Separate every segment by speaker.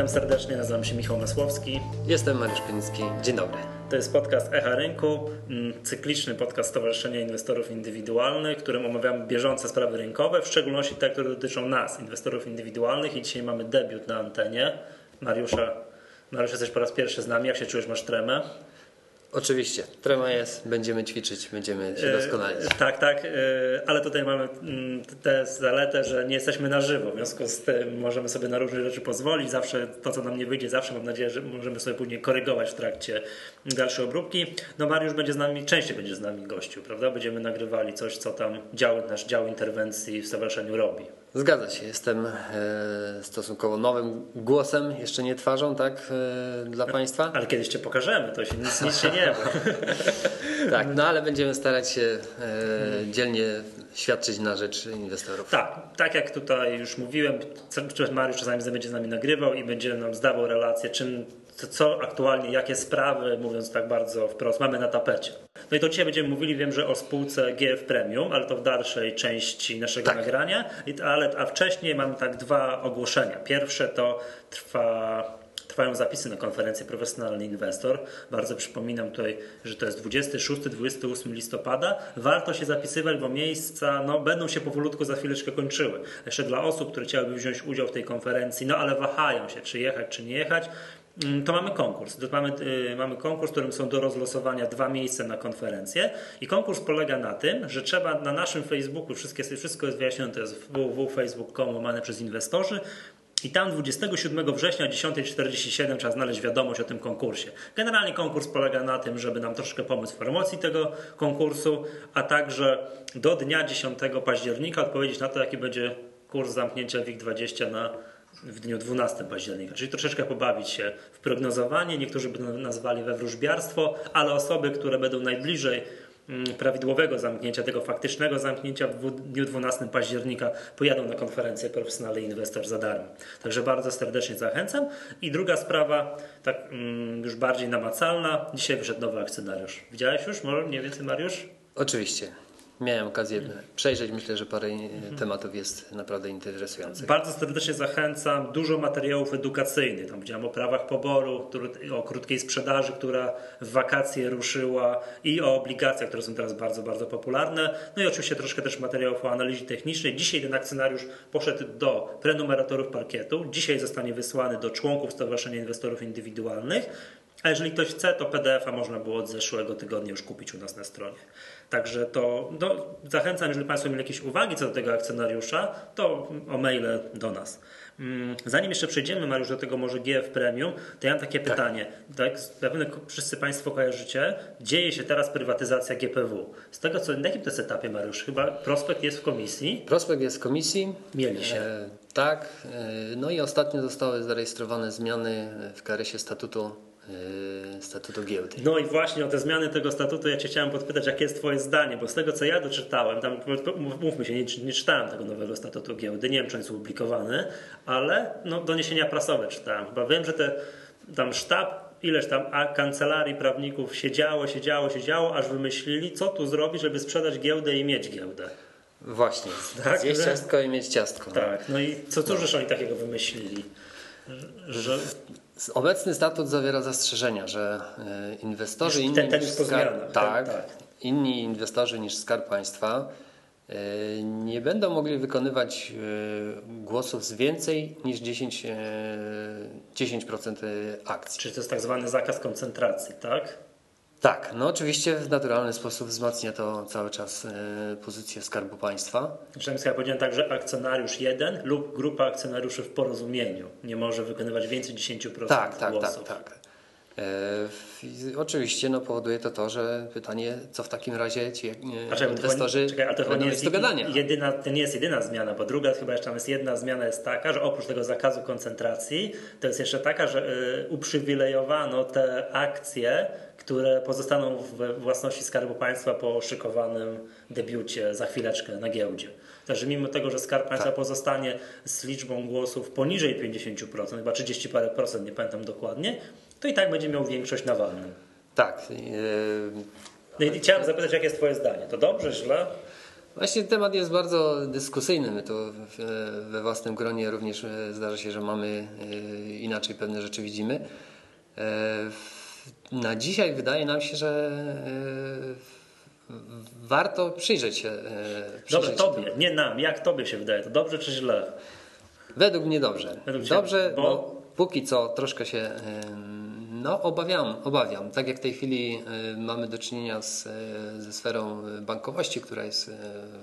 Speaker 1: serdecznie, nazywam się Michał Masłowski.
Speaker 2: Jestem Mariusz Pieniński. Dzień dobry.
Speaker 1: To jest podcast Echa Rynku, cykliczny podcast Stowarzyszenia Inwestorów Indywidualnych, w którym omawiamy bieżące sprawy rynkowe, w szczególności te, które dotyczą nas, inwestorów indywidualnych, i dzisiaj mamy debiut na antenie. Mariusz, jesteś po raz pierwszy z nami, jak się czujesz, masz tremę?
Speaker 2: Oczywiście, trema jest, będziemy ćwiczyć, będziemy się doskonalić.
Speaker 1: Tak, ale tutaj mamy tę zaletę, że nie jesteśmy na żywo, w związku z tym możemy sobie na różne rzeczy pozwolić, zawsze to, co nam nie wyjdzie, zawsze mam nadzieję, że możemy sobie później korygować w trakcie dalszej obróbki. No Mariusz częściej będzie z nami gościu, prawda? Będziemy nagrywali coś, co tam nasz dział interwencji w stowarzyszeniu robi.
Speaker 2: Zgadza się, jestem stosunkowo nowym głosem, jeszcze nie twarzą, tak, dla Państwa.
Speaker 1: Ale kiedyś Cię pokażemy, to się nic się nie boi.
Speaker 2: Tak, no ale będziemy starać się dzielnie świadczyć na rzecz inwestorów.
Speaker 1: Tak jak tutaj już mówiłem, Mariusz czasami będzie z nami nagrywał i będzie nam zdawał relację, co aktualnie, jakie sprawy, mówiąc tak bardzo wprost, mamy na tapecie. No i to dzisiaj będziemy mówili, wiem, że o spółce GF Premium, ale to w dalszej części naszego nagrania. A wcześniej mam dwa ogłoszenia. Pierwsze to trwają zapisy na konferencję Profesjonalny Inwestor. Bardzo przypominam tutaj, że to jest 26-28 listopada. Warto się zapisywać, bo miejsca będą się powolutku za chwileczkę kończyły. Jeszcze dla osób, które chciałyby wziąć udział w tej konferencji, ale wahają się, czy jechać, czy nie jechać, to mamy konkurs. Mamy konkurs, w którym są do rozlosowania 2 miejsca na konferencję, i konkurs polega na tym, że trzeba na naszym Facebooku, wszystko jest wyjaśnione, to jest www.facebook.com/inwestorzy, i tam 27 września o 10:47 trzeba znaleźć wiadomość o tym konkursie. Generalnie konkurs polega na tym, żeby nam troszkę pomóc w promocji tego konkursu, a także do dnia 10 października odpowiedzieć na to, jaki będzie kurs zamknięcia WIG20 w dniu 12 października. Czyli troszeczkę pobawić się w prognozowanie. Niektórzy by nazwali we wróżbiarstwo, ale osoby, które będą najbliżej prawidłowego zamknięcia, tego faktycznego zamknięcia w dniu 12 października, pojadą na konferencję Profesjonalny Inwestor za darmo. Także bardzo serdecznie zachęcam. I druga sprawa, już bardziej namacalna. Dzisiaj wyszedł nowy akcjonariusz. Widziałeś już może mniej więcej, Mariusz?
Speaker 2: Oczywiście. Miałem okazję przejrzeć, myślę, że parę tematów jest naprawdę interesujących.
Speaker 1: Bardzo serdecznie zachęcam, dużo materiałów edukacyjnych. Tam widziałem o prawach poboru, o krótkiej sprzedaży, która w wakacje ruszyła, i o obligacjach, które są teraz bardzo, bardzo popularne. No i oczywiście troszkę też materiałów o analizie technicznej. Dzisiaj ten akcjonariusz poszedł do prenumeratorów parkietu. Dzisiaj zostanie wysłany do członków Stowarzyszenia Inwestorów Indywidualnych. A jeżeli ktoś chce, to PDF-a można było od zeszłego tygodnia już kupić u nas na stronie. Także to zachęcam, jeżeli Państwo mieli jakieś uwagi co do tego akcjonariusza, to o maile do nas. Zanim jeszcze przejdziemy, Mariusz, do tego może GF Premium, to ja mam takie pytanie. Tak, zapewne wszyscy Państwo kojarzycie, dzieje się teraz prywatyzacja GPW. Z tego co, na jakim to jest etapie, Mariusz? Chyba prospekt jest w komisji?
Speaker 2: Prospekt jest w komisji.
Speaker 1: Mieli się.
Speaker 2: Tak. No i ostatnio zostały zarejestrowane zmiany w KRS-ie statutu giełdy.
Speaker 1: No i właśnie o te zmiany tego statutu ja Cię chciałem podpytać, jakie jest Twoje zdanie, bo z tego co ja doczytałem, tam mówmy się, nie czytałem tego nowego statutu giełdy, nie wiem, czy on jest opublikowany, ale doniesienia prasowe czytałem. Chyba wiem, że tam sztab, ileś tam kancelarii prawników siedziało, aż wymyślili, co tu zrobić, żeby sprzedać giełdę i mieć giełdę.
Speaker 2: Właśnie, zjeść ciastko i mieć ciastko.
Speaker 1: Tak, no i cóż oni takiego wymyślili?
Speaker 2: Obecny statut zawiera zastrzeżenia, że inwestorzy inni inwestorzy niż Skarb Państwa nie będą mogli wykonywać głosów z więcej niż 10% akcji.
Speaker 1: Czyli to jest tak zwany zakaz koncentracji, tak?
Speaker 2: Tak, oczywiście w naturalny sposób wzmacnia to cały czas pozycję Skarbu Państwa.
Speaker 1: Przynajmniej ja powiedziałem tak, że akcjonariusz jeden lub grupa akcjonariuszy w porozumieniu nie może wykonywać więcej 10% głosów. Tak.
Speaker 2: Oczywiście powoduje to, że pytanie, co w takim razie ci inwestorzy będą mieć do gadania.
Speaker 1: To nie jest jedyna zmiana, bo druga chyba jeszcze tam jest jedna zmiana, jest taka, że oprócz tego zakazu koncentracji, to jest jeszcze taka, że uprzywilejowano te akcje, które pozostaną w własności Skarbu Państwa po szykowanym debiucie za chwileczkę na giełdzie. Także mimo tego, że Skarb Państwa pozostanie z liczbą głosów poniżej 50%, chyba 30 parę procent, nie pamiętam dokładnie, to i tak będzie miał większość na walnym.
Speaker 2: Tak.
Speaker 1: No i chciałem zapytać, jakie jest Twoje zdanie? To dobrze, źle?
Speaker 2: Właśnie temat jest bardzo dyskusyjny. My tu we własnym gronie również zdarza się, że mamy inaczej pewne rzeczy widzimy. Na dzisiaj wydaje nam się, że warto przyjrzeć się.
Speaker 1: Dobrze, tobie, nie nam. Jak tobie się wydaje? To dobrze czy źle?
Speaker 2: Według mnie dobrze. Dobrze,
Speaker 1: bo...
Speaker 2: no, póki co troszkę się obawiam. Tak jak w tej chwili mamy do czynienia ze sferą bankowości, która jest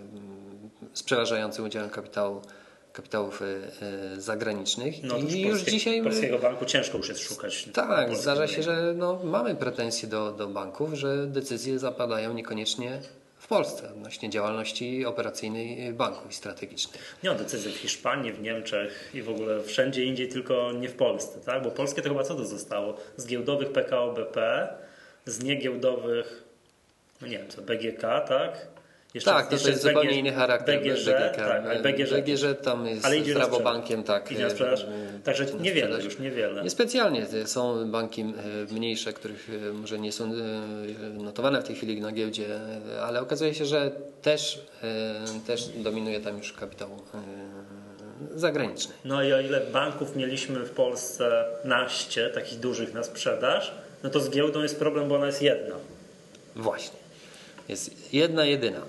Speaker 2: z przeważającym udziałem kapitałów zagranicznych.
Speaker 1: No,
Speaker 2: i już dzisiaj
Speaker 1: polskiego banku ciężko już jest szukać.
Speaker 2: Tak, zdarza się, że mamy pretensje do banków, że decyzje zapadają niekoniecznie w Polsce odnośnie działalności operacyjnej banków i strategicznych.
Speaker 1: Nie, decyzje w Hiszpanii, w Niemczech i w ogóle wszędzie indziej, tylko nie w Polsce, tak? Bo polskie to chyba co to zostało? Z giełdowych PKO BP, z niegiełdowych, no nie wiem co, BGK, tak?
Speaker 2: To jest zupełnie inny charakter.
Speaker 1: BGŻ, tak, ale
Speaker 2: BGŻ tam jest z Rabobankiem, tak.
Speaker 1: Idzie na sprzedaż. Także niewiele.
Speaker 2: Niespecjalnie. Są banki mniejsze, których może nie są notowane w tej chwili na giełdzie, ale okazuje się, że też dominuje tam już kapitał zagraniczny.
Speaker 1: No i o ile banków mieliśmy w Polsce naście, takich dużych na sprzedaż, no to z giełdą jest problem, bo ona jest jedna.
Speaker 2: Właśnie. Jest jedyna.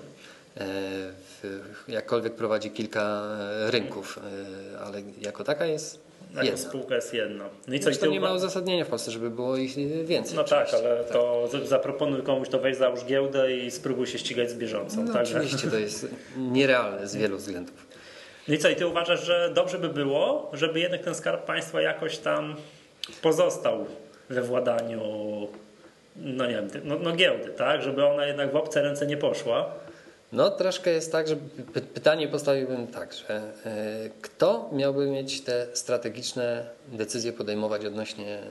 Speaker 2: Jakkolwiek prowadzi kilka rynków, ale jako taka jest jedna.
Speaker 1: Spółka jest jedna. No i
Speaker 2: to nie ma uzasadnienia w Polsce, żeby było ich więcej.
Speaker 1: No tak, ale to zaproponuj komuś to wejść, załóż giełdę i spróbuj się ścigać z bieżącą.
Speaker 2: No oczywiście to jest nierealne z wielu względów.
Speaker 1: No i co, i ty uważasz, że dobrze by było, żeby jednak ten Skarb Państwa jakoś tam pozostał we władaniu, no nie wiem, giełdy, tak? Żeby ona jednak w obce ręce nie poszła?
Speaker 2: No troszkę jest tak, że pytanie postawiłbym tak, że kto miałby mieć te strategiczne decyzje podejmować odnośnie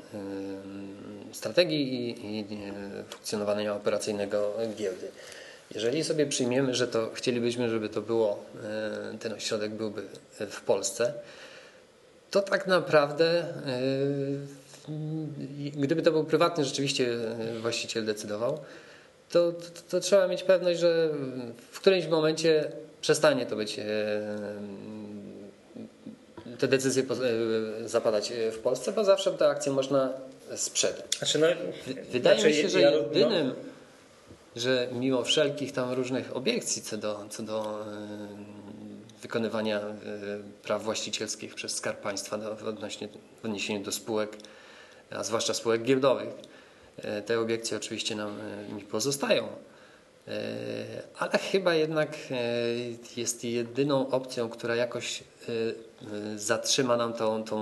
Speaker 2: strategii i funkcjonowania operacyjnego giełdy. Jeżeli sobie przyjmiemy, że to chcielibyśmy, żeby to było, ten ośrodek byłby w Polsce, to tak naprawdę gdyby to był prywatny rzeczywiście właściciel decydował, to trzeba mieć pewność, że w którymś momencie przestanie to być te decyzje zapadać w Polsce, bo zawsze te akcje można sprzedać. Wydaje mi się, że jedynym, że mimo wszelkich tam różnych obiekcji co do wykonywania praw właścicielskich przez Skarb Państwa w odniesieniu do spółek, a zwłaszcza spółek giełdowych, te obiekcje oczywiście mi pozostają, ale chyba jednak jest jedyną opcją, która jakoś zatrzyma nam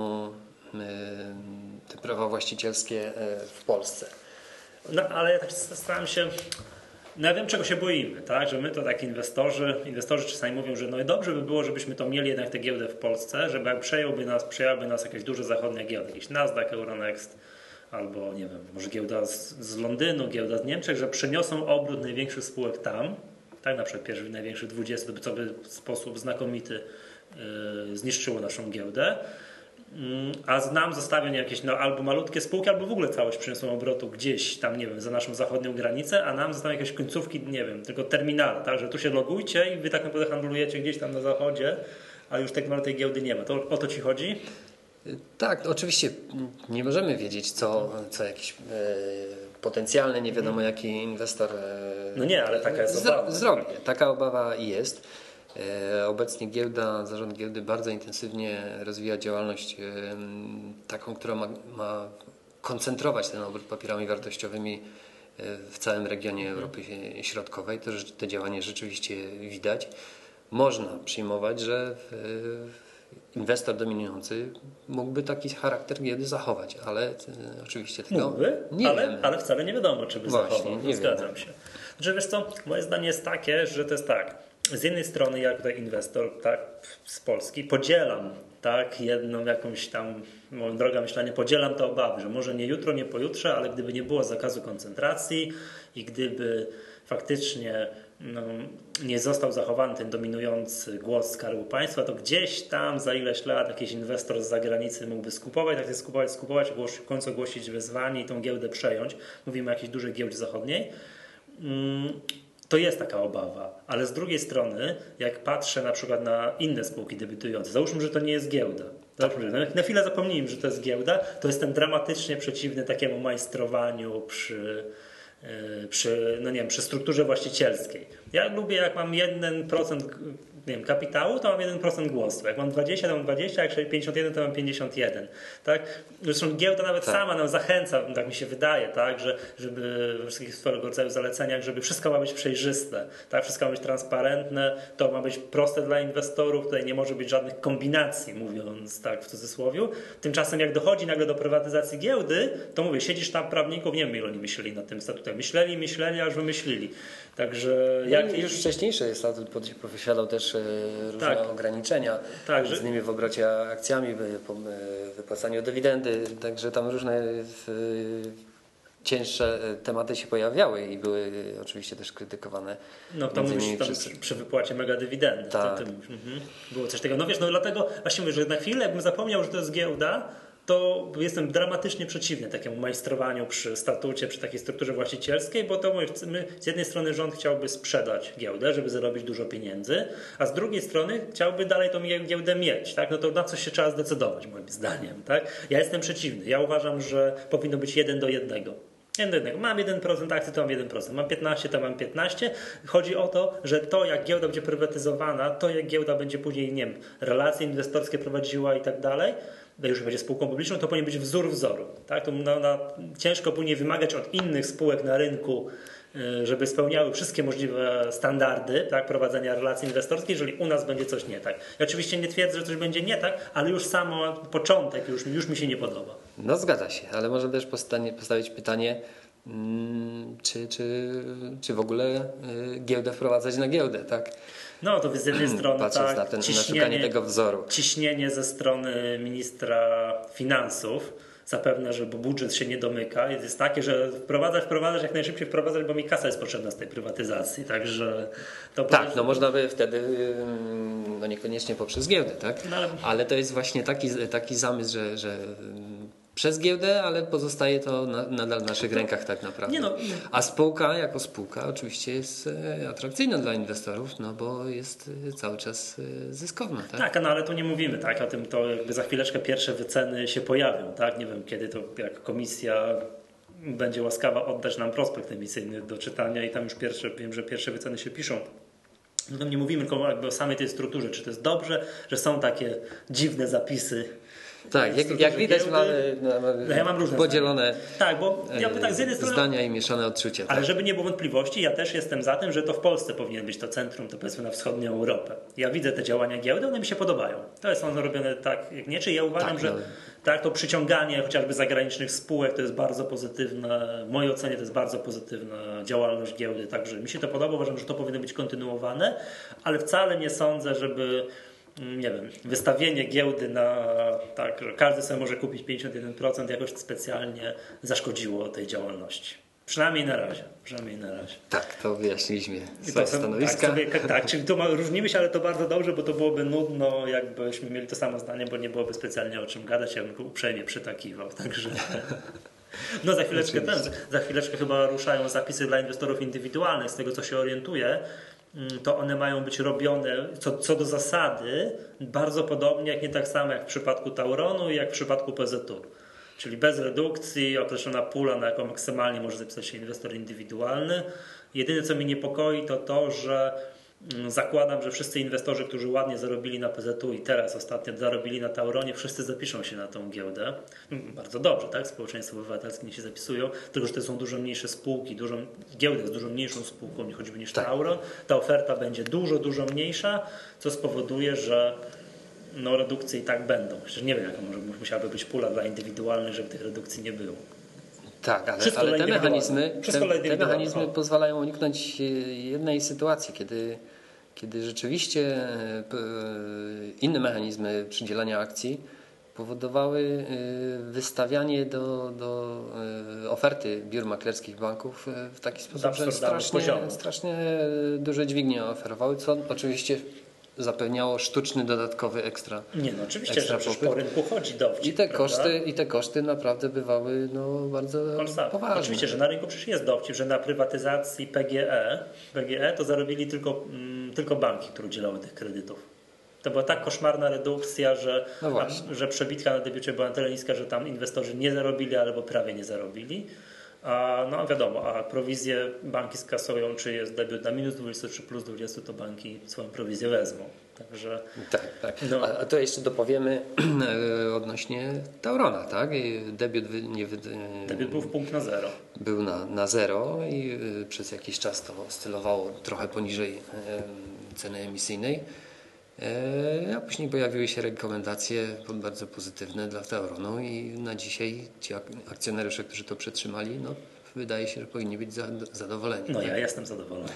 Speaker 2: te prawa właścicielskie w Polsce.
Speaker 1: No ale ja tak staram się, no ja wiem czego się boimy, tak? Że my to tak inwestorzy czasami mówią, że no i dobrze by było, żebyśmy to mieli jednak tę giełdę w Polsce, żeby jak przejęłaby nas jakaś duża zachodnia giełda, jakiś Nasdaq, Euronext, albo nie wiem, może giełda z Londynu, giełda z Niemczech, że przeniosą obrót największych spółek tam, tak, na przykład pierwszy największych 20, co by w sposób znakomity zniszczyło naszą giełdę, a nam zostawią jakieś albo malutkie spółki, albo w ogóle całość przyniosą obrotu gdzieś tam, nie wiem, za naszą zachodnią granicę, a nam zostaną jakieś końcówki, nie wiem, tylko terminale, tak, że tu się logujcie i wy tak naprawdę handlujecie gdzieś tam na zachodzie, a już tak naprawdę tej giełdy nie ma. To o to ci chodzi?
Speaker 2: Tak, oczywiście nie możemy wiedzieć, co jakiś potencjalny, nie wiadomo jaki inwestor
Speaker 1: no nie, ale taka jest obawa.
Speaker 2: Zrobi. Taka obawa jest. Obecnie zarząd giełdy bardzo intensywnie rozwija działalność taką, która ma koncentrować ten obrót papierami wartościowymi w całym regionie Europy Środkowej. To działanie rzeczywiście widać. Można przyjmować, że inwestor dominujący mógłby taki charakter giełdy zachować, ale oczywiście tego
Speaker 1: mógłby, ale wcale nie wiadomo, czy by zachował. Zgadzam się. Znaczy, wiesz co, moje zdanie jest takie, że to jest tak. Z jednej strony ja tutaj inwestor, tak, z Polski podzielam, tak, jedną jakąś tam, moją drogą myślenia, podzielam te obawy, że może nie jutro, nie pojutrze, ale gdyby nie było zakazu koncentracji i gdyby faktycznie nie został zachowany ten dominujący głos Skarbu Państwa, to gdzieś tam za ileś lat jakiś inwestor z zagranicy mógłby skupować, w końcu ogłosić wezwanie i tą giełdę przejąć. Mówimy o jakiejś dużej giełdzie zachodniej. To jest taka obawa, ale z drugiej strony, jak patrzę na przykład na inne spółki debiutujące, załóżmy, że to nie jest giełda. Załóżmy, że na chwilę zapomnijmy, że to jest giełda, to jestem dramatycznie przeciwny takiemu majstrowaniu przy strukturze właścicielskiej. Ja lubię, jak mam 1% kapitału, to mam 1% głosu. Jak mam 20, to mam 20, jak 51, to mam 51. Tak? Zresztą giełda nawet sama nam zachęca, tak mi się wydaje, tak? Żeby we wszystkich swego rodzaju zaleceniach, żeby wszystko ma być przejrzyste, tak? Wszystko ma być transparentne, to ma być proste dla inwestorów, tutaj nie może być żadnych kombinacji, mówiąc tak w cudzysłowie. Tymczasem jak dochodzi nagle do prywatyzacji giełdy, to mówię, siedzisz tam prawników, nie wiem ile oni myśleli nad tym statutem. Myśleli, aż wymyślili. Także
Speaker 2: już wcześniejszy statut posiadał też różne ograniczenia, między innymi w obrocie akcjami, wypłacaniu dywidendy, także tam różne cięższe tematy się pojawiały i były oczywiście też krytykowane.
Speaker 1: No to mówisz przy wypłacie mega dywidendy.
Speaker 2: Tak.
Speaker 1: Było coś takiego. Dlatego właśnie mówię, że na chwilę jakbym zapomniał, że to jest giełda, to jestem dramatycznie przeciwny takiemu majstrowaniu przy statucie, przy takiej strukturze właścicielskiej, bo to my, z jednej strony rząd chciałby sprzedać giełdę, żeby zarobić dużo pieniędzy, a z drugiej strony chciałby dalej tą giełdę mieć. Tak? No to na coś się trzeba zdecydować, moim zdaniem. Tak? Ja jestem przeciwny. Ja uważam, że powinno być 1:1. 1:1. Mam 1% akcji, to mam 1%. Mam 15, to mam 15. Chodzi o to, że to jak giełda będzie prywatyzowana, to jak giełda będzie później, nie wiem, relacje inwestorskie prowadziła i tak dalej, już będzie spółką publiczną, to powinien być wzór wzoru. Tak? To ciężko później wymagać od innych spółek na rynku, żeby spełniały wszystkie możliwe standardy, tak, prowadzenia relacji inwestorskich, jeżeli u nas będzie coś nie tak. Ja oczywiście nie twierdzę, że coś będzie nie tak, ale już samo początek już mi się nie podoba.
Speaker 2: No zgadza się, ale można też postawić pytanie, czy w ogóle giełdę wprowadzać na giełdę, tak?
Speaker 1: No to z jednej strony
Speaker 2: patrząc na szukanie tego wzoru.
Speaker 1: Ciśnienie ze strony ministra finansów, zapewne, że bo budżet się nie domyka, jest takie, że wprowadzać, jak najszybciej wprowadzać, bo mi kasa jest potrzebna z tej prywatyzacji, także to
Speaker 2: tak, no można by wtedy, no niekoniecznie poprzez giełdę, tak? No, ale to jest właśnie taki zamysł, że przez giełdę, ale pozostaje to nadal w naszych rękach tak naprawdę. A spółka jako spółka oczywiście jest atrakcyjna dla inwestorów, no bo jest cały czas zyskowna.
Speaker 1: Tak, no ale tu nie mówimy tak o tym, to jakby za chwileczkę pierwsze wyceny się pojawią, tak? Nie wiem kiedy to, jak komisja będzie łaskawa oddać nam prospekt emisyjny do czytania i tam już wiem, że pierwsze wyceny się piszą. No tam nie mówimy tylko jakby o samej tej strukturze, czy to jest dobrze, że są takie dziwne zapisy.
Speaker 2: Tak, jak widać mamy
Speaker 1: ja mam różne
Speaker 2: podzielone
Speaker 1: tak, bo ja tak z jednej strony,
Speaker 2: zdania i mieszane odczucia.
Speaker 1: Ale żeby nie było wątpliwości, ja też jestem za tym, że to w Polsce powinien być to centrum, to powiedzmy na wschodnią Europę. Ja widzę te działania giełdy, one mi się podobają. To jest one robione tak jak nie, czy ja uważam, że to przyciąganie chociażby zagranicznych spółek to jest bardzo pozytywne, w mojej ocenie to jest bardzo pozytywna działalność giełdy, także mi się to podoba, uważam, że to powinno być kontynuowane, ale wcale nie sądzę, żeby nie wiem, wystawienie giełdy tak, że każdy sobie może kupić 51% jakoś specjalnie zaszkodziło tej działalności. Przynajmniej na razie.
Speaker 2: Tak, to wyjaśniliśmy swoje stanowiska.
Speaker 1: Tak, czyli tu różnimy się, ale to bardzo dobrze, bo to byłoby nudno, jakbyśmy mieli to samo zdanie, bo nie byłoby specjalnie o czym gadać, ja bym uprzejmie przytakiwał. Także no za chwileczkę chyba ruszają zapisy dla inwestorów indywidualnych, z tego co się orientuję. To one mają być robione co do zasady bardzo podobnie, jak nie tak samo jak w przypadku Tauronu i jak w przypadku PZU. Czyli bez redukcji, określona pula, na jaką maksymalnie może zapisać się inwestor indywidualny. Jedyne co mnie niepokoi to to, że zakładam, że wszyscy inwestorzy, którzy ładnie zarobili na PZU i teraz ostatnio zarobili na Tauronie, wszyscy zapiszą się na tą giełdę. Bardzo dobrze, tak? Społeczeństwo obywatelskie nie się zapisują, tylko że to są dużo mniejsze spółki, giełda jest dużo mniejszą spółką choćby niż Tauron. Ta oferta będzie dużo mniejsza, co spowoduje, że redukcje i tak będą. Przecież nie wiem, jaka musiałaby być pula dla indywidualnych, żeby tych redukcji nie było.
Speaker 2: Tak, ale te mechanizmy pozwalają uniknąć jednej sytuacji, kiedy rzeczywiście inne mechanizmy przydzielania akcji powodowały wystawianie do oferty biur maklerskich banków w taki sposób, że strasznie duże dźwignie oferowały, co oczywiście zapewniało sztuczny, dodatkowy ekstra.
Speaker 1: Nie, no oczywiście, że przecież po rynku chodzi dowcip.
Speaker 2: I te koszty naprawdę bywały bardzo poważne.
Speaker 1: Oczywiście, że na rynku przecież jest dowcip, że na prywatyzacji PGE to zarobili tylko banki, które udzielały tych kredytów. To była tak koszmarna redukcja, że przebitka na debiucie była na tyle niska, że tam inwestorzy nie zarobili albo prawie nie zarobili. No wiadomo, a prowizje banki skasują, czy jest debiut na minus 20 czy plus 20, to banki swoją prowizję wezmą. Także,
Speaker 2: tak. No. A to jeszcze dopowiemy odnośnie Taurona, tak? Debiut
Speaker 1: był w punkt na zero.
Speaker 2: Był na zero i przez jakiś czas to oscylowało trochę poniżej ceny emisyjnej. A później pojawiły się rekomendacje bardzo pozytywne dla Tauronu i na dzisiaj ci akcjonariusze, którzy to przetrzymali, wydaje się, że powinni być zadowoleni.
Speaker 1: No ja jestem zadowolony.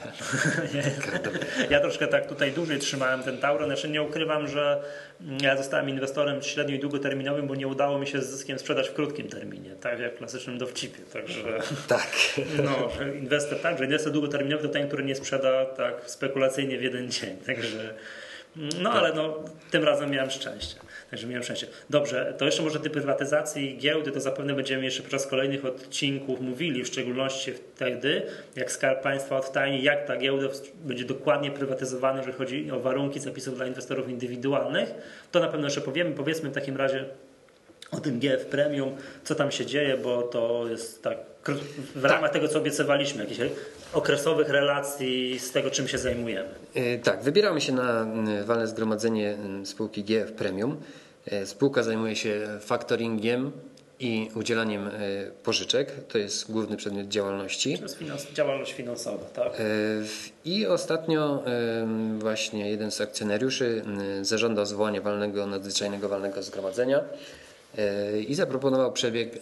Speaker 1: Ja troszkę tak tutaj dłużej trzymałem ten Tauron. Znaczy nie ukrywam, że ja zostałem inwestorem średnio i długoterminowym, bo nie udało mi się z zyskiem sprzedać w krótkim terminie, tak jak w klasycznym dowcipie. Także
Speaker 2: tak.
Speaker 1: Że inwestor długoterminowy to ten, który nie sprzeda tak spekulacyjnie w jeden dzień. Także ale tym razem miałem szczęście. Dobrze, to jeszcze może tej prywatyzacji giełdy, to zapewne będziemy jeszcze podczas kolejnych odcinków mówili, w szczególności wtedy, jak Skarb Państwa odtajni, jak ta giełda będzie dokładnie prywatyzowana, jeżeli chodzi o warunki zapisów dla inwestorów indywidualnych. To na pewno jeszcze powiedzmy w takim razie o tym GF Premium, co tam się dzieje, bo to jest tak w ramach tego, co obiecywaliśmy, jakichś okresowych relacji z tego, czym się zajmujemy.
Speaker 2: Tak, wybieramy się na walne zgromadzenie spółki GF Premium. Spółka zajmuje się faktoringiem i udzielaniem pożyczek. To jest główny przedmiot działalności.
Speaker 1: To jest działalność finansowa, tak?
Speaker 2: I ostatnio właśnie jeden z akcjonariuszy zażądał zwołania nadzwyczajnego walnego zgromadzenia i zaproponował przebieg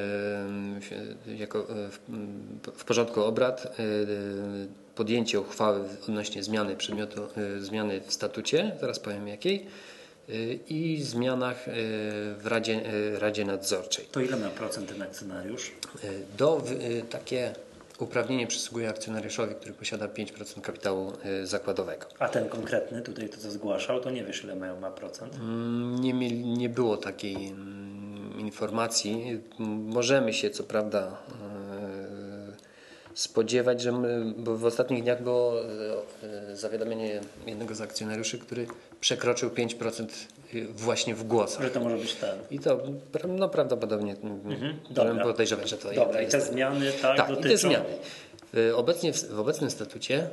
Speaker 2: w porządku obrad podjęcie uchwały odnośnie zmiany przedmiotu, zmiany w statucie, zaraz powiem jakiej, i zmianach w Radzie Nadzorczej.
Speaker 1: To ile miał procent ten akcjonariusz?
Speaker 2: Takie uprawnienie przysługuje akcjonariuszowi, który posiada 5% kapitału zakładowego.
Speaker 1: A ten konkretny, tutaj to co zgłaszał, to nie wiesz ile ma procent?
Speaker 2: Nie było takiej informacji. Możemy się co prawda spodziewać, że bo w ostatnich dniach było zawiadomienie jednego z akcjonariuszy, który przekroczył 5% właśnie w głosach.
Speaker 1: Że to może być ten.
Speaker 2: I to prawdopodobnie podejrzewać, że to jest.
Speaker 1: Dobra, i te zmiany dotyczą.
Speaker 2: I te zmiany. W obecnym statucie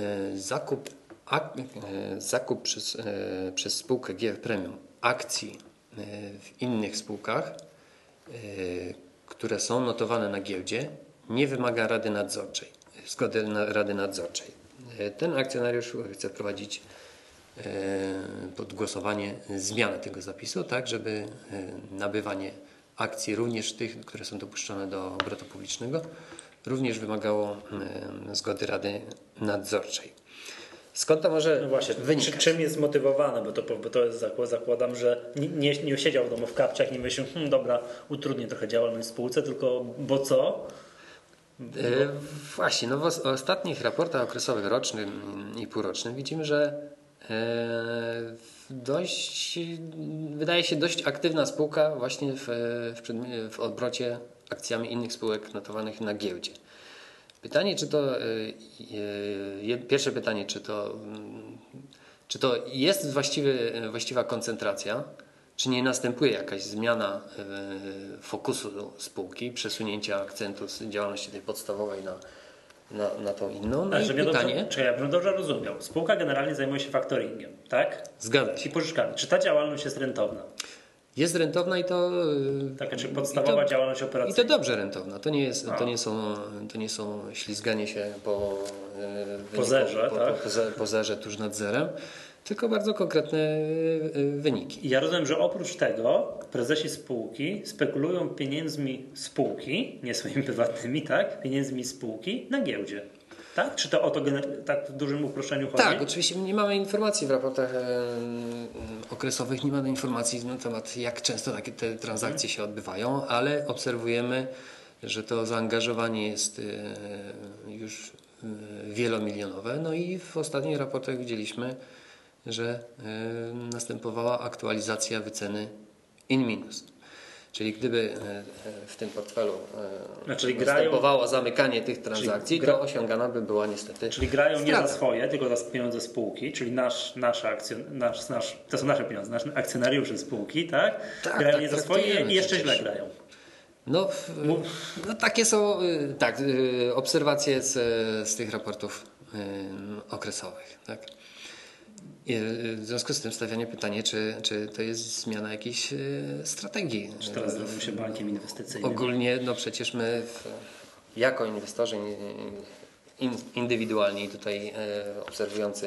Speaker 2: zakup przez spółkę GF Premium akcji w innych spółkach, które są notowane na giełdzie, nie wymaga Rady Nadzorczej, zgody Rady Nadzorczej. Ten akcjonariusz chce wprowadzić pod głosowanie zmianę tego zapisu, tak żeby nabywanie akcji, również tych, które są dopuszczone do obrotu publicznego, również wymagało zgody Rady Nadzorczej. Skąd to może wynikać?
Speaker 1: Czym jest zmotywowane? Bo to jest, zakładam, że nie siedział w domu w kapciach, nie myślał, dobra, utrudnię trochę działalność w spółce, tylko bo co?
Speaker 2: Właśnie, w ostatnich raportach okresowych rocznym i półrocznym widzimy, że wydaje się dość aktywna spółka właśnie w obrocie akcjami innych spółek notowanych na giełdzie. Pytanie, pierwsze pytanie, czy to jest właściwa koncentracja, czy nie następuje jakaś zmiana fokusu spółki, przesunięcia akcentu z działalności tej podstawowej na tą inną. No i pytanie...
Speaker 1: Ja bym dobrze rozumiał. Spółka generalnie zajmuje się faktoringiem, tak?
Speaker 2: Zgadza się.
Speaker 1: I pożyczkami. Czy ta działalność jest rentowna?
Speaker 2: Jest rentowna i to...
Speaker 1: Taka, czy podstawowa działalność operacyjna?
Speaker 2: I to dobrze rentowna. To nie są ślizganie się po pozerze tuż nad zerem, tylko bardzo konkretne wyniki.
Speaker 1: I ja rozumiem, że oprócz tego prezesi spółki spekulują pieniędzmi spółki, nie swoimi prywatnymi, tak? Pieniędzmi spółki na giełdzie. Tak? Czy to o to tak w dużym uproszczeniu chodzi?
Speaker 2: Tak, oczywiście nie mamy informacji w raportach okresowych, nie mamy informacji na temat, jak często takie te transakcje się odbywają, ale obserwujemy, że to zaangażowanie jest już wielomilionowe. No i w ostatnich raportach widzieliśmy że następowała aktualizacja wyceny in minus. Czyli gdyby w tym portfelu następowało zamykanie tych transakcji, to osiągana by była niestety
Speaker 1: Czyli grają
Speaker 2: strata.
Speaker 1: Nie za swoje, tylko za pieniądze spółki, czyli to są nasze pieniądze, nasze akcjonariusze spółki, tak? Grają nie za swoje i jeszcze źle grają.
Speaker 2: No takie są obserwacje z tych raportów okresowych. Tak? W związku z tym stawianie pytanie, czy to jest zmiana jakiejś strategii.
Speaker 1: Czy teraz zrobił się bankiem inwestycyjnym?
Speaker 2: Ogólnie przecież my jako inwestorzy indywidualni tutaj obserwujący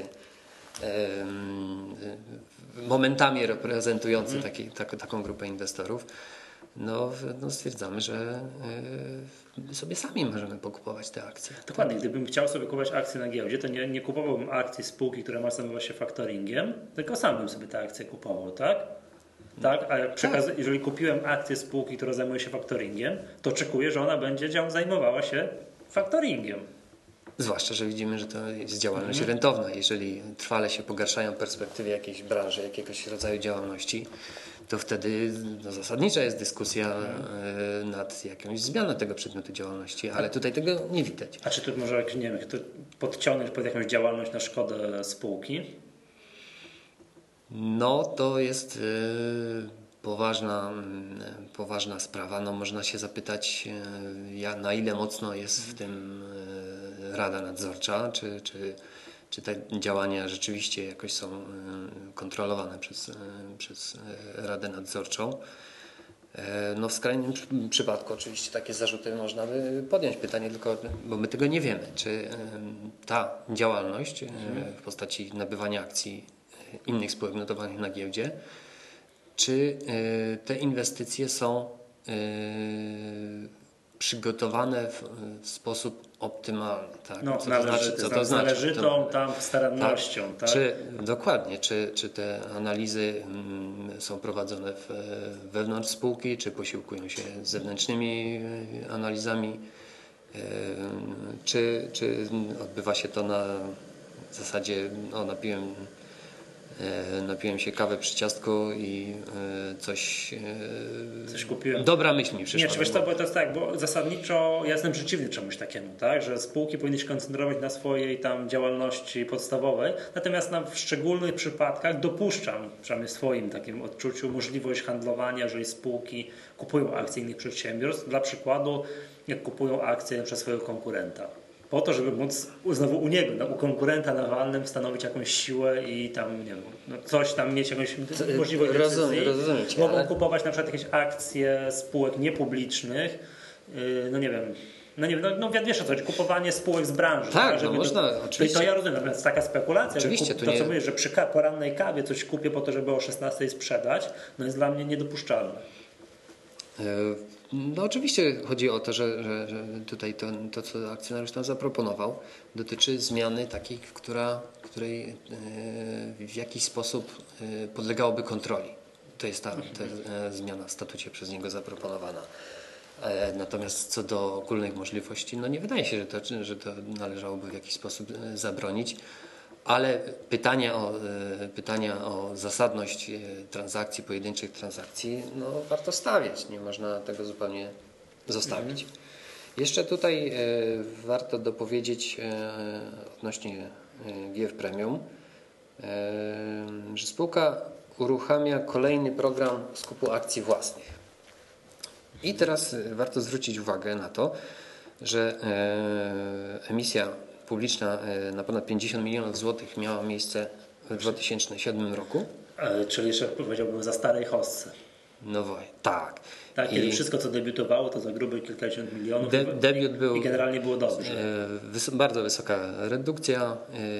Speaker 2: momentami reprezentujący taką grupę inwestorów, stwierdzamy, że sobie sami możemy pokupować te akcje.
Speaker 1: Dokładnie, gdybym chciał sobie kupować akcje na giełdzie, to nie kupowałbym akcji spółki, która ma zajmować się faktoringiem, tylko sam bym sobie te akcje kupował, tak? Tak, a jeżeli kupiłem akcję spółki, która zajmuje się faktoringiem, to oczekuję, że ona będzie zajmowała się faktoringiem.
Speaker 2: Zwłaszcza, że widzimy, że to jest działalność rentowna. Jeżeli trwale się pogarszają perspektywy jakiejś branży, jakiegoś rodzaju działalności, to wtedy zasadnicza jest dyskusja nad jakąś zmianą tego przedmiotu działalności, ale tutaj tego nie widać.
Speaker 1: A czy tu może podciągnąć pod jakąś działalność na szkodę spółki?
Speaker 2: To jest poważna sprawa. Można się zapytać, na ile mocno jest w tym Rada Nadzorcza, czy te działania rzeczywiście jakoś są kontrolowane przez Radę Nadzorczą. W skrajnym przypadku oczywiście takie zarzuty można by podjąć. Pytanie tylko, bo my tego nie wiemy, czy ta działalność w postaci nabywania akcji innych spółek notowanych na giełdzie, czy te inwestycje są przygotowane w sposób optymalny. Tak?
Speaker 1: Co to znaczy? Z należytą tam starannością. Tak?
Speaker 2: Dokładnie. Czy te analizy są prowadzone wewnątrz spółki, czy posiłkują się zewnętrznymi analizami, czy odbywa się to na zasadzie napiłem się kawy przy ciastku i coś
Speaker 1: kupiłem.
Speaker 2: Dobra myśl mi przyszła.
Speaker 1: Nie, czy wiesz co, bo to jest tak, bo zasadniczo ja jestem przeciwny czemuś takiemu, tak, że spółki powinny się koncentrować na swojej tam działalności podstawowej, natomiast w szczególnych przypadkach dopuszczam, przynajmniej w swoim takim odczuciu, możliwość handlowania, jeżeli spółki kupują akcje innych przedsiębiorstw, dla przykładu, jak kupują akcje przez swojego konkurenta. Po to, żeby móc znowu u niego, u konkurenta na walnym stanowić jakąś siłę i tam, nie wiem, coś tam mieć jakąś możliwość decyzji.
Speaker 2: Rozumiem cię,
Speaker 1: mogą kupować na przykład jakieś akcje spółek niepublicznych, wiesz o co chodzi, kupowanie spółek z branży.
Speaker 2: Tak, można, oczywiście.
Speaker 1: To ja rozumiem, natomiast taka spekulacja,
Speaker 2: oczywiście,
Speaker 1: co mówisz, że przy porannej kawie coś kupię po to, żeby o 16 sprzedać, jest dla mnie niedopuszczalne.
Speaker 2: Oczywiście chodzi o to, że tutaj to, co akcjonariusz tam zaproponował, dotyczy zmiany takiej, której w jakiś sposób podlegałoby kontroli. To jest ta zmiana w statucie przez niego zaproponowana. Natomiast co do ogólnych możliwości, nie wydaje się, że to należałoby w jakiś sposób zabronić. Ale pytania o zasadność transakcji, pojedynczych transakcji, warto stawiać. Nie można tego zupełnie zostawić. Jeszcze tutaj warto dopowiedzieć odnośnie GF Premium, że spółka uruchamia kolejny program skupu akcji własnych. I teraz warto zwrócić uwagę na to, że emisja publiczna na ponad 50 milionów złotych miała miejsce w 2007 roku.
Speaker 1: Czyli jeszcze powiedziałbym za starej hossy.
Speaker 2: Tak.
Speaker 1: Tak, kiedy wszystko co debiutowało to za grube kilkadziesiąt milionów
Speaker 2: debiut był
Speaker 1: i generalnie było dobrze.
Speaker 2: Bardzo wysoka redukcja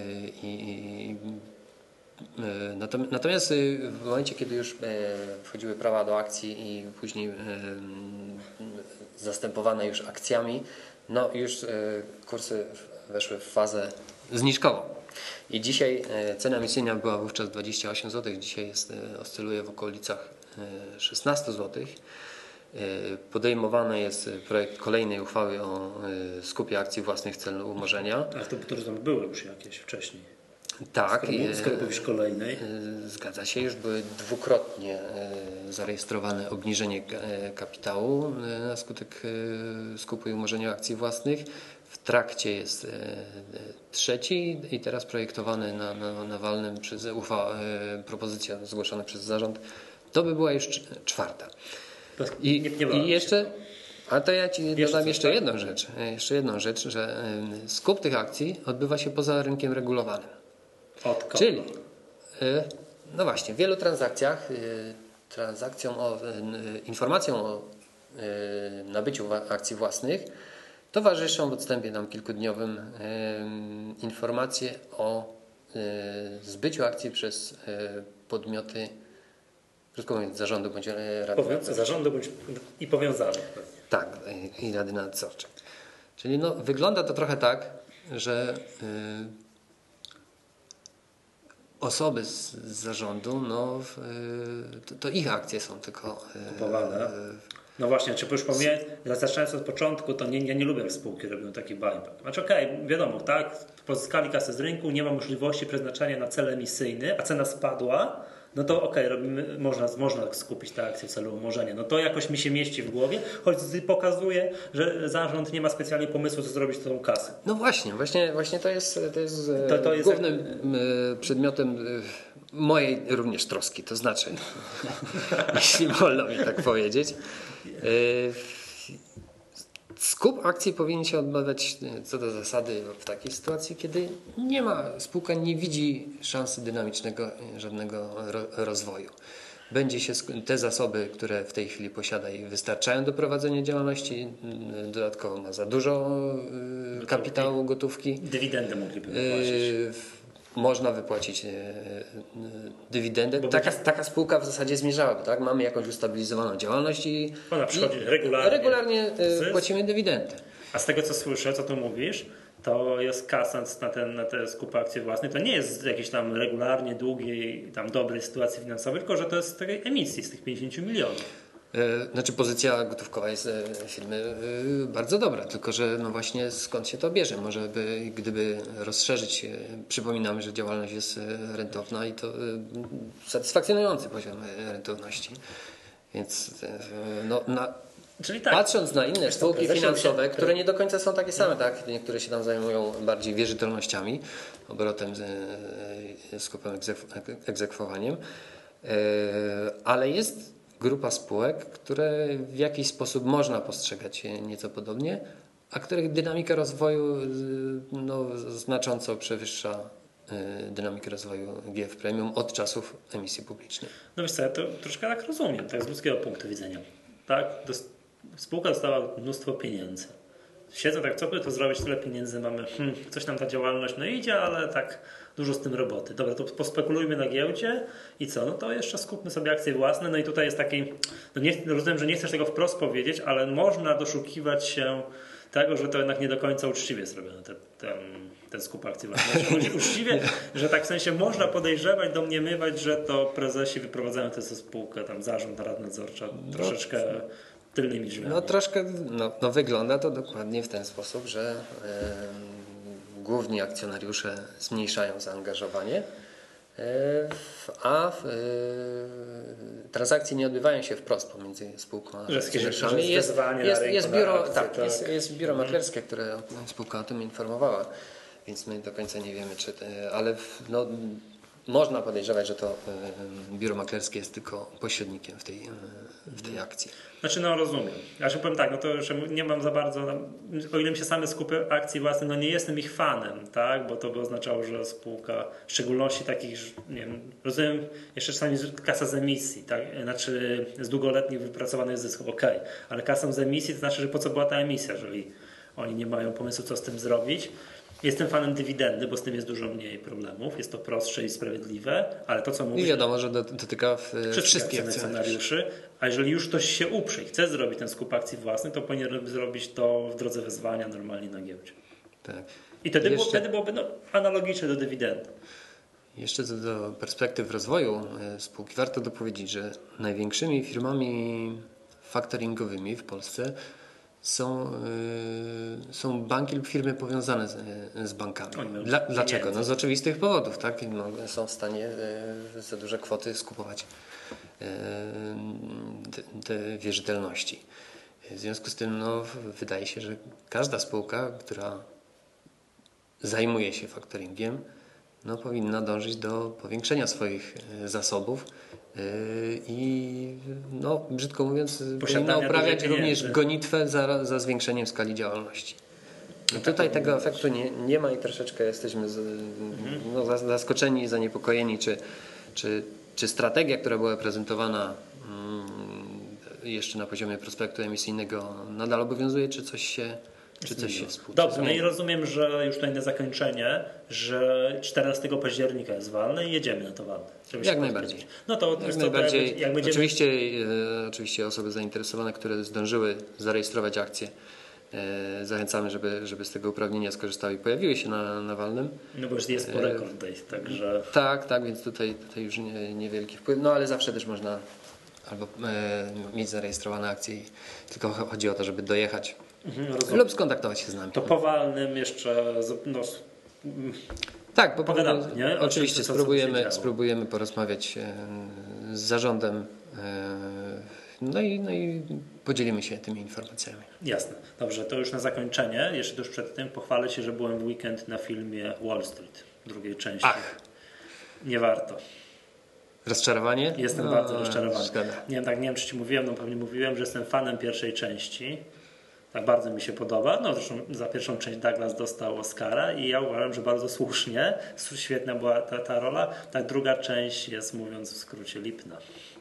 Speaker 2: natomiast w momencie, kiedy już wchodziły prawa do akcji i później zastępowane już akcjami, już kursy weszły w fazę zniżkową. I dzisiaj cena emisyjna była wówczas 28 zł, dzisiaj oscyluje w okolicach 16 zł. Podejmowany jest projekt kolejnej uchwały o skupie akcji własnych w celu umorzenia.
Speaker 1: Ale to były już jakieś wcześniej.
Speaker 2: Tak.
Speaker 1: Skoro mówisz kolejnej.
Speaker 2: Zgadza się, już były dwukrotnie zarejestrowane obniżenie kapitału na skutek skupu i umorzenia akcji własnych. W trakcie jest trzeci i teraz projektowany na walnym przez propozycja zgłoszona przez zarząd. To by była już czwarta. I jeszcze, a to ja Ci dodam jeszcze jedną rzecz, że skup tych akcji odbywa się poza rynkiem regulowanym. Czyli no właśnie, w wielu transakcjach informacją o nabyciu akcji własnych towarzyszą w odstępie kilkudniowym informacje o zbyciu akcji przez podmioty, krótko mówiąc, zarządu bądź rady.
Speaker 1: Zarządu bądź i powiązanych.
Speaker 2: Tak, i rady nadzorczej. Czyli wygląda to trochę tak, że osoby z zarządu, to ich akcje są tylko
Speaker 1: kupowane. No właśnie, czy już zaczynając od początku, to nie lubię, jak spółki robią taki buyback. Znaczy wiadomo, tak, pozyskali kasę z rynku, nie ma możliwości przeznaczenia na cel emisyjny, a cena spadła, no to można skupić te akcje w celu umorzenia. No to jakoś mi się mieści w głowie, choć pokazuje, że zarząd nie ma specjalnie pomysłu, co zrobić z tą kasą.
Speaker 2: No właśnie to jest głównym przedmiotem mojej również troski, to znaczy, jeśli wolno mi tak powiedzieć, skup akcji powinien się odbywać co do zasady w takiej sytuacji, kiedy spółka nie widzi szansy dynamicznego żadnego rozwoju. Będzie się te zasoby, które w tej chwili posiada i wystarczają do prowadzenia działalności, dodatkowo ma za dużo kapitału, gotówki.
Speaker 1: Dywidendę mogliby wypłacić.
Speaker 2: Można wypłacić dywidendę. Taka spółka w zasadzie zmierzałaby, tak? Mamy jakąś ustabilizowaną działalność i
Speaker 1: ona przychodzi
Speaker 2: regularnie płacimy dywidendę.
Speaker 1: A z tego co słyszę, co tu mówisz, to jest kasa na te skupy akcji własnych. To nie jest z jakiejś tam regularnie długiej, dobrej sytuacji finansowej, tylko że to jest z tej emisji, z tych 50 milionów.
Speaker 2: Znaczy pozycja gotówkowa jest firmy bardzo dobra, tylko że właśnie skąd się to bierze? Może gdyby rozszerzyć, przypominamy, że działalność jest rentowna i to satysfakcjonujący poziom rentowności. Więc czyli tak, patrząc na inne spółki finansowe, które nie do końca są takie same, tak? Niektóre się tam zajmują bardziej wierzytelnościami, obrotem, skupem, egzekwowaniem, ale jest grupa spółek, które w jakiś sposób można postrzegać nieco podobnie, a których dynamika rozwoju znacząco przewyższa dynamikę rozwoju GF Premium od czasów emisji publicznej.
Speaker 1: No wiesz co, ja to troszkę tak rozumiem, tak z ludzkiego punktu widzenia. Tak? Spółka dostała mnóstwo pieniędzy. Siedzą tak, co by to zrobić, tyle pieniędzy mamy, coś nam ta działalność idzie, ale tak dużo z tym roboty. Dobra, to pospekulujmy na giełdzie i co? No to jeszcze skupmy sobie akcje własne. I tutaj jest taki, rozumiem, że nie chcesz tego wprost powiedzieć, ale można doszukiwać się tego, że to jednak nie do końca uczciwie zrobione, ten skup akcji własnych. Uczciwie, że tak w sensie można podejrzewać, domniemywać, że to prezesi wyprowadzają tę spółkę, zarząd, rada nadzorcza, troszeczkę tylnymi drzwiami.
Speaker 2: Troszkę, wygląda to dokładnie w ten sposób, że główni akcjonariusze zmniejszają zaangażowanie, a transakcje nie odbywają się wprost pomiędzy spółką a akcjonariuszami. Jest biuro maklerskie, które spółka o tym informowała, więc my do końca nie wiemy, ale można podejrzewać, że to biuro maklerskie jest tylko pośrednikiem w tej akcji.
Speaker 1: Znaczy rozumiem. Ja się powiem tak, to już nie mam za bardzo, o ile mi się same skupy akcji własnych, nie jestem ich fanem, tak, bo to by oznaczało, że spółka, w szczególności takich, nie wiem, rozumiem, jeszcze czasami kasa z emisji, tak, znaczy z długoletnich wypracowanych zysków, ale kasą z emisji to znaczy, że po co była ta emisja, jeżeli oni nie mają pomysłu, co z tym zrobić. Jestem fanem dywidendy, bo z tym jest dużo mniej problemów. Jest to prostsze i sprawiedliwe, ale to co mówisz...
Speaker 2: I wiadomo, że dotyka wszystkich
Speaker 1: akcjonariuszy. A jeżeli już ktoś się uprze i chce zrobić ten skup akcji własnych, to powinien zrobić to w drodze wezwania normalnie na giełdzie.
Speaker 2: Tak.
Speaker 1: I wtedy byłoby analogiczne do dywidendy.
Speaker 2: Jeszcze co do perspektyw rozwoju spółki warto dopowiedzieć, że największymi firmami faktoringowymi w Polsce są banki lub firmy powiązane z bankami. Dlaczego? No z oczywistych powodów, tak? No, są w stanie za duże kwoty skupować te wierzytelności. W związku z tym wydaje się, że każda spółka, która zajmuje się faktoringiem, powinna dążyć do powiększenia swoich zasobów i brzydko mówiąc powinna uprawiać również gonitwę za zwiększeniem skali działalności. Tutaj tego efektu nie ma i troszeczkę jesteśmy zaskoczeni i zaniepokojeni, czy strategia, która była prezentowana jeszcze na poziomie prospektu emisyjnego nadal obowiązuje, czy coś się
Speaker 1: Dobrze, no i rozumiem, że już tutaj na zakończenie, że 14 października jest walne i jedziemy na to walne.
Speaker 2: Jak najbardziej.
Speaker 1: No to
Speaker 2: jak najbardziej. Jak będziemy... Oczywiście osoby zainteresowane, które zdążyły zarejestrować akcje, zachęcamy, żeby z tego uprawnienia skorzystały i pojawiły się na walnym.
Speaker 1: No bo już jest po rekord, także...
Speaker 2: Tak, więc tutaj już niewielki wpływ, ale zawsze też można albo mieć zarejestrowane akcje, tylko chodzi o to, żeby dojechać lub skontaktować się z nami.
Speaker 1: To po walnym jeszcze
Speaker 2: tak, oczywiście spróbujemy porozmawiać z zarządem no i podzielimy się tymi informacjami.
Speaker 1: Jasne. Dobrze, to już na zakończenie, jeszcze tuż przed tym pochwalę się, że byłem w weekend na filmie Wall Street, drugiej części.
Speaker 2: Ach!
Speaker 1: Nie warto.
Speaker 2: Rozczarowanie?
Speaker 1: Jestem bardzo rozczarowany. Nie wiem, czy ci mówiłem, pewnie mówiłem, że jestem fanem pierwszej części. Tak bardzo mi się podoba. Zresztą za pierwszą część Douglas dostał Oscara i ja uważam, że bardzo słusznie. Świetna była ta rola. Tak druga część jest, mówiąc w skrócie, lipna.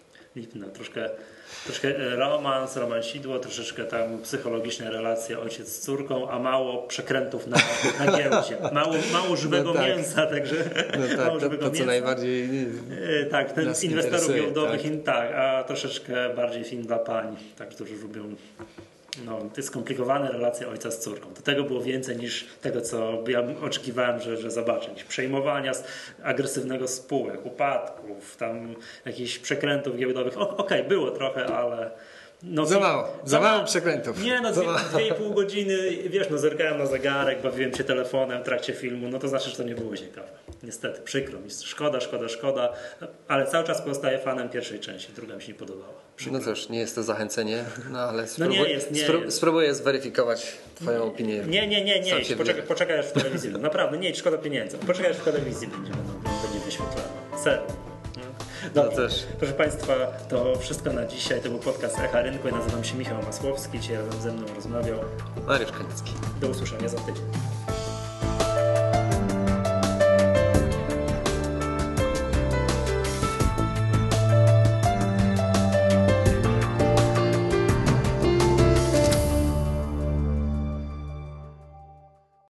Speaker 1: Troszkę romans, romansidło, troszeczkę tam psychologiczne relacje ojciec z córką, a mało przekrętów na giełdzie. Mało żywego mięsa, także mało żywego mięsa.
Speaker 2: Co najbardziej
Speaker 1: ten z inwestorów giełdowych, a troszeczkę bardziej film dla pań, tak, którzy lubią te skomplikowane relacje ojca z córką. Do tego było więcej niż tego, co ja oczekiwałem, że zobaczę. Przejmowania agresywnego spółek, upadków, tam jakichś przekrętów giełdowych. Okej, było trochę, ale...
Speaker 2: Za mało przekrętów.
Speaker 1: Nie, 2,5 godziny, zerkałem na zegarek, bawiłem się telefonem w trakcie filmu, to znaczy, że to nie było ciekawe. Niestety, przykro mi. Szkoda, ale cały czas pozostaję fanem pierwszej części, druga mi się nie podobała. Przykro.
Speaker 2: No cóż, nie jest to zachęcenie, ale
Speaker 1: spróbuję
Speaker 2: zweryfikować twoją opinię.
Speaker 1: Nie, poczekaj aż w telewizji. Naprawdę, nie, szkoda pieniędzy. Poczekaj aż w telewizji będzie wyświetlane. Serio. Dobrze. Proszę Państwa, to wszystko na dzisiaj. To był podcast Echa Rynku. Ja nazywam się Michał Masłowski. Dzisiaj razem ze mną rozmawiał
Speaker 2: Mariusz Kanicki.
Speaker 1: Do usłyszenia za tydzień.